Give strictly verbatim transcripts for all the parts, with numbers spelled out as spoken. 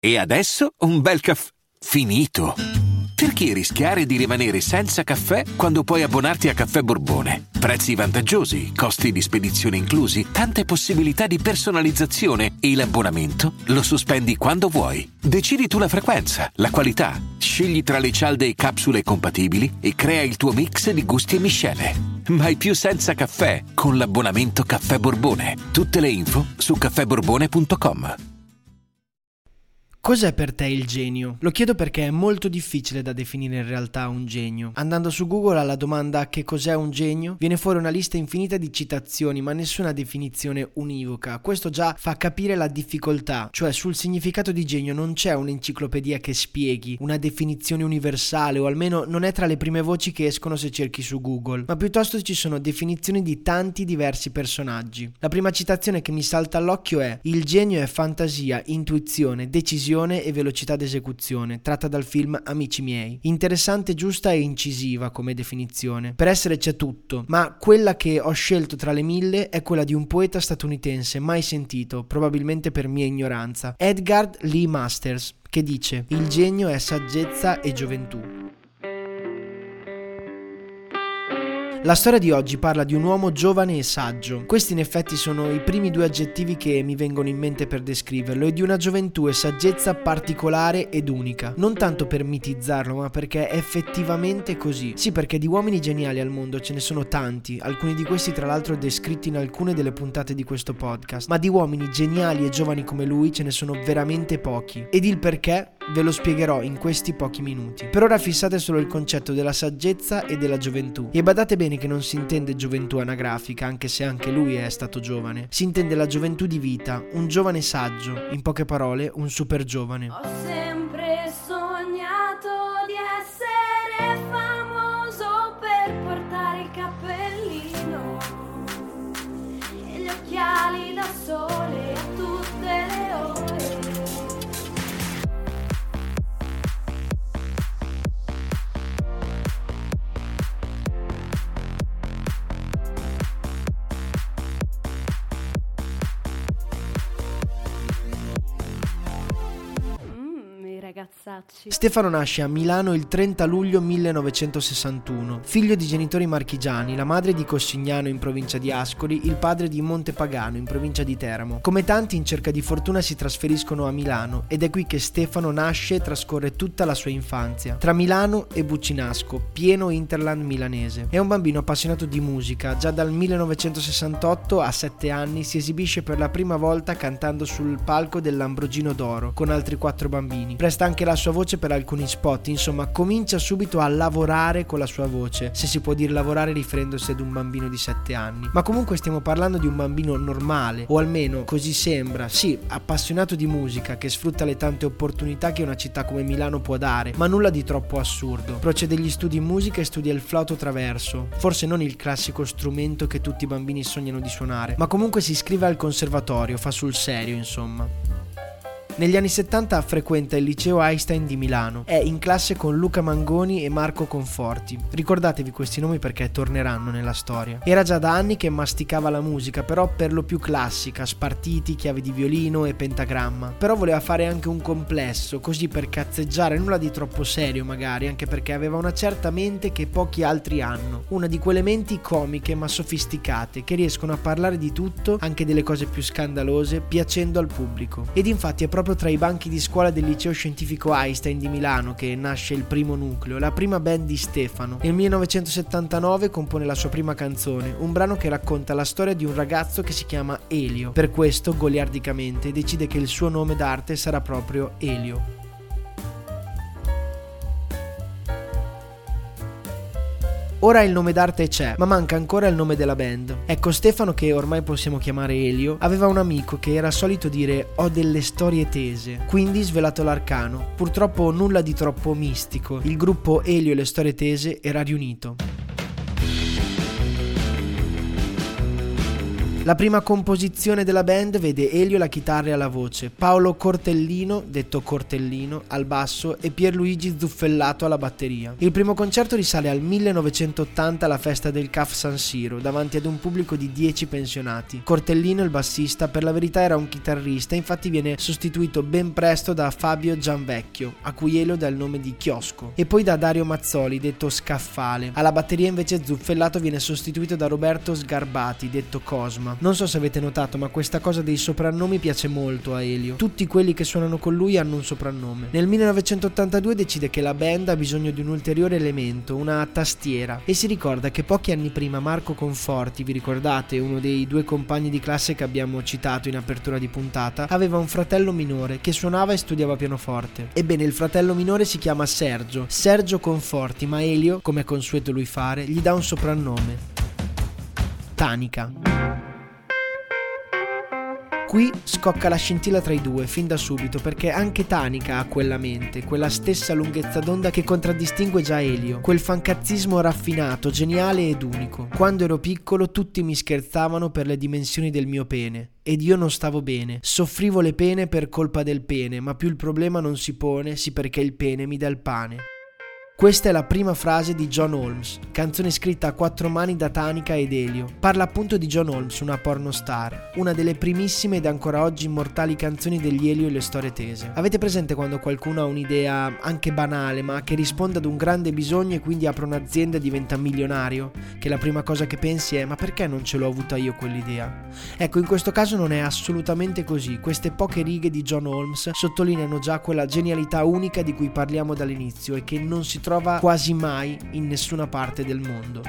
E adesso un bel caffè finito. Perché rischiare di rimanere senza caffè quando puoi abbonarti a Caffè Borbone? Prezzi vantaggiosi, costi di spedizione inclusi, tante possibilità di personalizzazione e l'abbonamento lo sospendi quando vuoi. Decidi tu la frequenza, la qualità, scegli tra le cialde e capsule compatibili e crea il tuo mix di gusti e miscele. Mai più senza caffè con l'abbonamento Caffè Borbone. Tutte le info su caffè borbone punto com. Cos'è per te il genio? Lo chiedo perché è molto difficile da definire in realtà un genio. Andando su Google alla domanda che cos'è un genio, viene fuori una lista infinita di citazioni, ma nessuna definizione univoca. Questo già fa capire la difficoltà, cioè sul significato di genio non c'è un'enciclopedia che spieghi, una definizione universale, o almeno non è tra le prime voci che escono se cerchi su Google, ma piuttosto ci sono definizioni di tanti diversi personaggi. La prima citazione che mi salta all'occhio è: il genio è fantasia, intuizione, decisione e velocità d'esecuzione, tratta dal film Amici miei. Interessante, giusta e incisiva come definizione. Per essere c'è tutto, ma quella che ho scelto tra le mille è quella di un poeta statunitense mai sentito, probabilmente per mia ignoranza, Edgar Lee Masters, che dice: il genio è saggezza e gioventù. La storia di oggi parla di un uomo giovane e saggio. Questi in effetti sono i primi due aggettivi che mi vengono in mente per descriverlo, e di una gioventù e saggezza particolare ed unica. Non tanto per mitizzarlo, ma perché è effettivamente così. Sì, perché di uomini geniali al mondo ce ne sono tanti, alcuni di questi tra l'altro descritti in alcune delle puntate di questo podcast, ma di uomini geniali e giovani come lui ce ne sono veramente pochi. Ed il perché ve lo spiegherò in questi pochi minuti. Per ora fissate solo il concetto della saggezza e della gioventù. E badate bene che non si intende gioventù anagrafica, anche se anche lui è stato giovane. Si intende la gioventù di vita, un giovane saggio, in poche parole un super giovane. Ho sempre sognato di essere famoso per portare il cappellino e gli occhiali da sole a tutte le ore. Ragazzacci. Stefano nasce a Milano il trenta luglio millenovecentosessantuno, figlio di genitori marchigiani, la madre di Cossignano in provincia di Ascoli, il padre di Montepagano in provincia di Teramo. Come tanti in cerca di fortuna si trasferiscono a Milano, ed è qui che Stefano nasce e trascorre tutta la sua infanzia, tra Milano e Buccinasco, pieno hinterland milanese. È un bambino appassionato di musica. Già dal millenovecentosessantotto, a sette anni, si esibisce per la prima volta cantando sul palco dell'Ambrogino d'Oro con altri quattro bambini. Presta anche la sua voce per alcuni spot, insomma comincia subito a lavorare con la sua voce, se si può dire lavorare riferendosi ad un bambino di sette anni. Ma comunque stiamo parlando di un bambino normale, o almeno così sembra, sì, appassionato di musica, che sfrutta le tante opportunità che una città come Milano può dare, ma nulla di troppo assurdo. Procede gli studi in musica e studia il flauto traverso, forse non il classico strumento che tutti i bambini sognano di suonare, ma comunque si iscrive al conservatorio, fa sul serio insomma. Negli anni settanta frequenta il liceo Einstein di Milano. È in classe con Luca Mangoni e Marco Conforti. Ricordatevi questi nomi perché torneranno nella storia. Era già da anni che masticava la musica, però per lo più classica, spartiti, chiavi di violino e pentagramma. Però voleva fare anche un complesso, così per cazzeggiare, nulla di troppo serio magari, anche perché aveva una certa mente che pochi altri hanno. Una di quelle menti comiche ma sofisticate, che riescono a parlare di tutto, anche delle cose più scandalose, piacendo al pubblico. Ed infatti è proprio tra i banchi di scuola del liceo scientifico Einstein di Milano che nasce il primo nucleo, la prima band di Stefano. Nel millenovecentosettantanove compone la sua prima canzone, un brano che racconta la storia di un ragazzo che si chiama Elio. Per questo, goliardicamente, decide che il suo nome d'arte sarà proprio Elio. Ora il nome d'arte c'è, ma manca ancora il nome della band. Ecco, Stefano, che ormai possiamo chiamare Elio, aveva un amico che era solito dire "ho delle storie tese", quindi svelato l'arcano. Purtroppo nulla di troppo mistico. Il gruppo Elio e le storie tese era riunito. La prima composizione della band vede Elio alla chitarra e alla voce, Paolo Cortellino, detto Cortellino, al basso e Pierluigi Zuffellato alla batteria. Il primo concerto risale al millenovecentottanta alla festa del C A F San Siro, davanti ad un pubblico di dieci pensionati. Cortellino, il bassista, per la verità era un chitarrista, infatti viene sostituito ben presto da Fabio Gianvecchio, a cui Elio dà il nome di Chiosco, e poi da Dario Mazzoli, detto Scaffale. Alla batteria invece Zuffellato viene sostituito da Roberto Sgarbati, detto Cosma. Non so se avete notato, ma questa cosa dei soprannomi piace molto a Elio. Tutti quelli che suonano con lui hanno un soprannome. Nel millenovecentottantadue decide che la band ha bisogno di un ulteriore elemento, una tastiera, e si ricorda che pochi anni prima Marco Conforti, vi ricordate, uno dei due compagni di classe che abbiamo citato in apertura di puntata, aveva un fratello minore che suonava e studiava pianoforte. Ebbene, il fratello minore si chiama Sergio, Sergio Conforti, ma Elio, come è consueto lui fare, gli dà un soprannome: Tanica. Qui scocca la scintilla tra i due fin da subito, perché anche Tanica ha quella mente, quella stessa lunghezza d'onda che contraddistingue già Elio, quel fancazzismo raffinato, geniale ed unico. Quando ero piccolo tutti mi scherzavano per le dimensioni del mio pene ed io non stavo bene, soffrivo le pene per colpa del pene, ma più il problema non si pone, sì perché il pene mi dà il pane. Questa è la prima frase di John Holmes, canzone scritta a quattro mani da Tanica ed Elio. Parla appunto di John Holmes, una pornostar, una delle primissime ed ancora oggi immortali canzoni degli Elio e le storie tese. Avete presente quando qualcuno ha un'idea anche banale, ma che risponde ad un grande bisogno e quindi apre un'azienda e diventa milionario? Che la prima cosa che pensi è: ma perché non ce l'ho avuta io quell'idea? Ecco, in questo caso non è assolutamente così. Queste poche righe di John Holmes sottolineano già quella genialità unica di cui parliamo dall'inizio e che non si trova quasi mai in nessuna parte del mondo.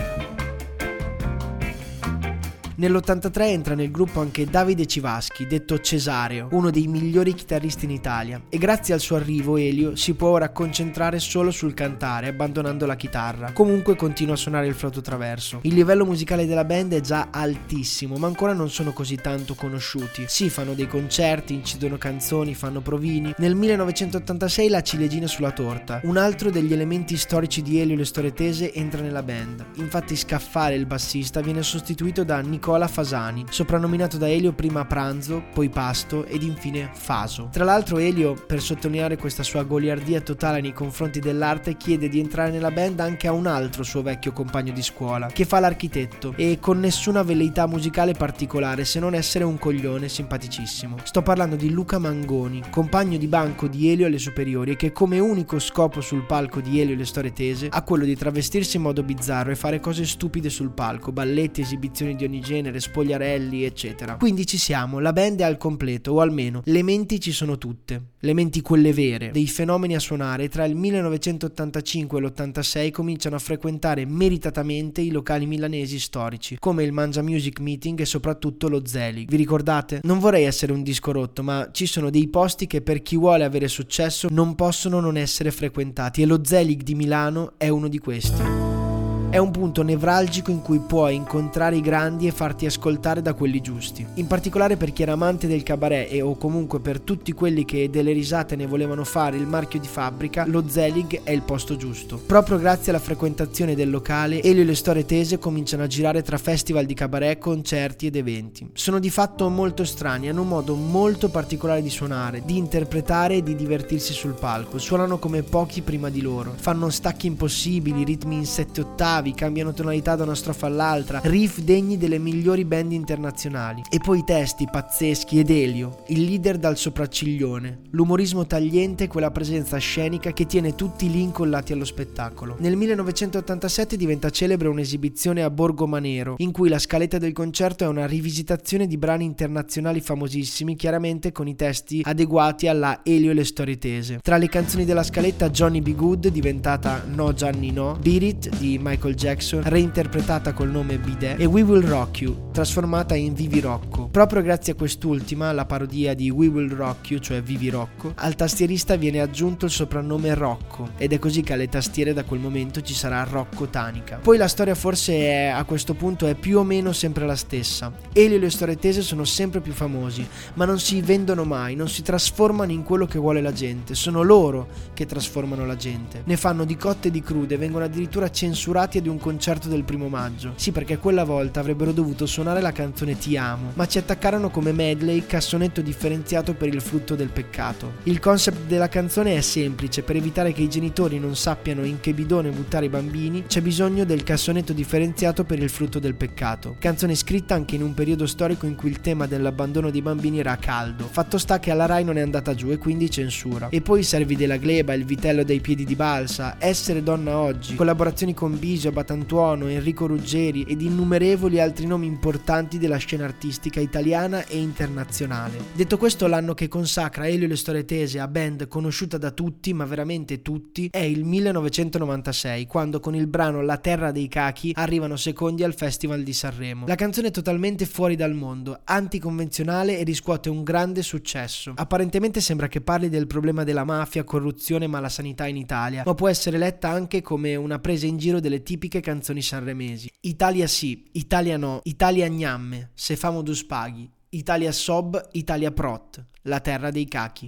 Nell'ottantatré entra nel gruppo anche Davide Civaschi, detto Cesareo, uno dei migliori chitarristi in Italia, e grazie al suo arrivo Elio si può ora concentrare solo sul cantare, abbandonando la chitarra. Comunque continua a suonare il flauto traverso. Il livello musicale della band è già altissimo, ma ancora non sono così tanto conosciuti. Sì, fanno dei concerti, incidono canzoni, fanno provini. Nel millenovecentottantasei la ciliegina sulla torta. Un altro degli elementi storici di Elio e le storie tese entra nella band. Infatti Scaffale, il bassista, viene sostituito da Nicola Nicola Fasani, soprannominato da Elio prima Pranzo, poi Pasto ed infine Faso. Tra l'altro Elio, per sottolineare questa sua goliardia totale nei confronti dell'arte, chiede di entrare nella band anche a un altro suo vecchio compagno di scuola, che fa l'architetto, e con nessuna velleità musicale particolare se non essere un coglione simpaticissimo. Sto parlando di Luca Mangoni, compagno di banco di Elio alle superiori, e che come unico scopo sul palco di Elio e le storie tese ha quello di travestirsi in modo bizzarro e fare cose stupide sul palco, balletti, esibizioni di ogni genere, spogliarelli, eccetera. Quindi ci siamo, la band è al completo, o almeno le menti ci sono tutte, le menti quelle vere, dei fenomeni a suonare. Tra il millenovecentottantacinque e l'ottantasei cominciano a frequentare meritatamente i locali milanesi storici, come il Mangia Music Meeting e soprattutto lo Zelig. Vi ricordate? Non vorrei essere un disco rotto, ma ci sono dei posti che per chi vuole avere successo non possono non essere frequentati, e lo Zelig di Milano è uno di questi. È un punto nevralgico in cui puoi incontrare i grandi e farti ascoltare da quelli giusti. In particolare per chi era amante del cabaret e o comunque per tutti quelli che delle risate ne volevano fare il marchio di fabbrica, lo Zelig è il posto giusto. Proprio grazie alla frequentazione del locale, Elio e le storie tese cominciano a girare tra festival di cabaret, concerti ed eventi. Sono di fatto molto strani, hanno un modo molto particolare di suonare, di interpretare e di divertirsi sul palco. Suonano come pochi prima di loro, fanno stacchi impossibili, ritmi in sette ottavi, cambiano tonalità da una strofa all'altra, riff degni delle migliori band internazionali, e poi testi pazzeschi ed Elio, il leader dal sopracciglione, l'umorismo tagliente e quella presenza scenica che tiene tutti lì incollati allo spettacolo. Nel millenovecentottantasette diventa celebre un'esibizione a Borgo Manero, in cui la scaletta del concerto è una rivisitazione di brani internazionali famosissimi, chiaramente con i testi adeguati alla Elio e le storie tese. Tra le canzoni della scaletta Johnny B. Good, diventata No Gianni No, Beat It di Michael Jackson, reinterpretata col nome Bidet, e We Will Rock You, trasformata in Vivi Rocco. Proprio grazie a quest'ultima, la parodia di We Will Rock You, cioè Vivi Rocco, al tastierista viene aggiunto il soprannome Rocco, ed è così che alle tastiere da quel momento ci sarà Rocco Tanica. Poi la storia forse è, a questo punto è più o meno sempre la stessa. Elio e le storie tese sono sempre più famosi, ma non si vendono mai, non si trasformano in quello che vuole la gente, sono loro che trasformano la gente. Ne fanno di cotte e di crude, vengono addirittura censurati infatti ad un concerto del primo maggio. Sì, perché quella volta avrebbero dovuto suonare la canzone Ti amo, ma ci attaccarono come medley cassonetto differenziato per il frutto del peccato. Il concept della canzone è semplice: per evitare che i genitori non sappiano in che bidone buttare i bambini, c'è bisogno del cassonetto differenziato per il frutto del peccato. Canzone scritta anche in un periodo storico in cui il tema dell'abbandono dei bambini era caldo. Fatto sta che alla Rai non è andata giù e quindi censura. E poi Servi della Gleba, Il vitello dai piedi di balsa, Essere donna oggi, collaborazioni con Bisio, Batantuono, Enrico Ruggeri ed innumerevoli altri nomi importanti della scena artistica italiana e internazionale. Detto questo, l'anno che consacra Elio e le storie tese a band conosciuta da tutti, ma veramente tutti, è il millenovecentonovantasei, quando con il brano La terra dei cachi arrivano secondi al Festival di Sanremo. La canzone è totalmente fuori dal mondo, anticonvenzionale e riscuote un grande successo. Apparentemente sembra che parli del problema della mafia, corruzione e malasanità in Italia, ma può essere letta anche come una presa in giro delle tipiche canzoni sanremesi. Italia sì, Italia no, Italia gnamme, se famo dus paghi, Italia sob, Italia prot, la terra dei cachi.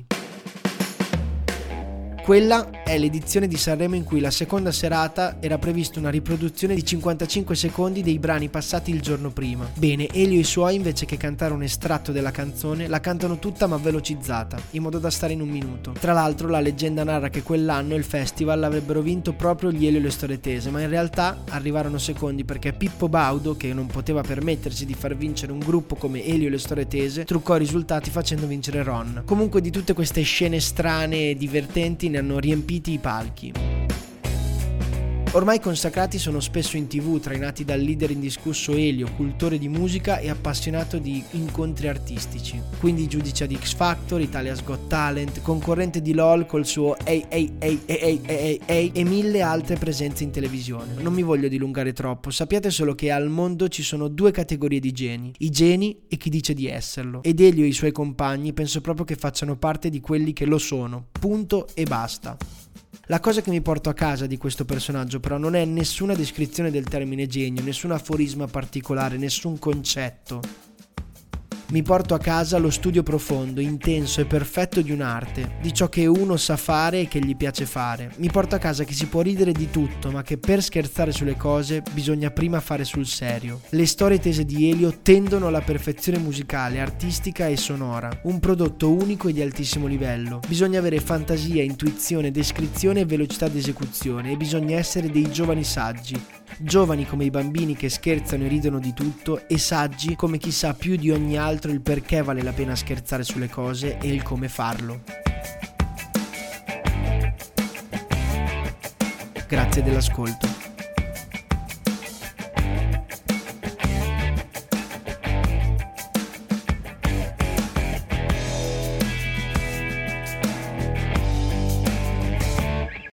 Quella è l'edizione di Sanremo in cui la seconda serata era prevista una riproduzione di cinquantacinque secondi dei brani passati il giorno prima. Bene, Elio e i suoi, invece che cantare un estratto della canzone, la cantano tutta ma velocizzata, in modo da stare in un minuto. Tra l'altro la leggenda narra che quell'anno il festival l'avrebbero vinto proprio gli Elio e le storie tese, ma in realtà arrivarono secondi perché Pippo Baudo, che non poteva permettersi di far vincere un gruppo come Elio e le storie tese, truccò i risultati facendo vincere Ron. Comunque di tutte queste scene strane e divertenti ne hanno riempiti i palchi. Ormai consacrati sono spesso in tv, trainati dal leader indiscusso Elio, cultore di musica e appassionato di incontri artistici. Quindi giudice di X Factor, Italia's Got Talent, concorrente di LOL col suo Ehi Ehi Ehi Ehi Ehi Ehi e mille altre presenze in televisione. Non mi voglio dilungare troppo, sappiate solo che al mondo ci sono due categorie di geni: i geni e chi dice di esserlo. Ed Elio e i suoi compagni penso proprio che facciano parte di quelli che lo sono. Punto e basta. La cosa che mi porto a casa di questo personaggio però non è nessuna descrizione del termine genio, nessun aforisma particolare, nessun concetto. Mi porto a casa lo studio profondo, intenso e perfetto di un'arte, di ciò che uno sa fare e che gli piace fare. Mi porto a casa che si può ridere di tutto, ma che per scherzare sulle cose bisogna prima fare sul serio. Le storie tese di Elio tendono alla perfezione musicale, artistica e sonora, un prodotto unico e di altissimo livello. Bisogna avere fantasia, intuizione, descrizione e velocità di esecuzione, e bisogna essere dei giovani saggi. Giovani come i bambini che scherzano e ridono di tutto, e saggi come chi sa più di ogni altro il perché vale la pena scherzare sulle cose e il come farlo. Grazie dell'ascolto.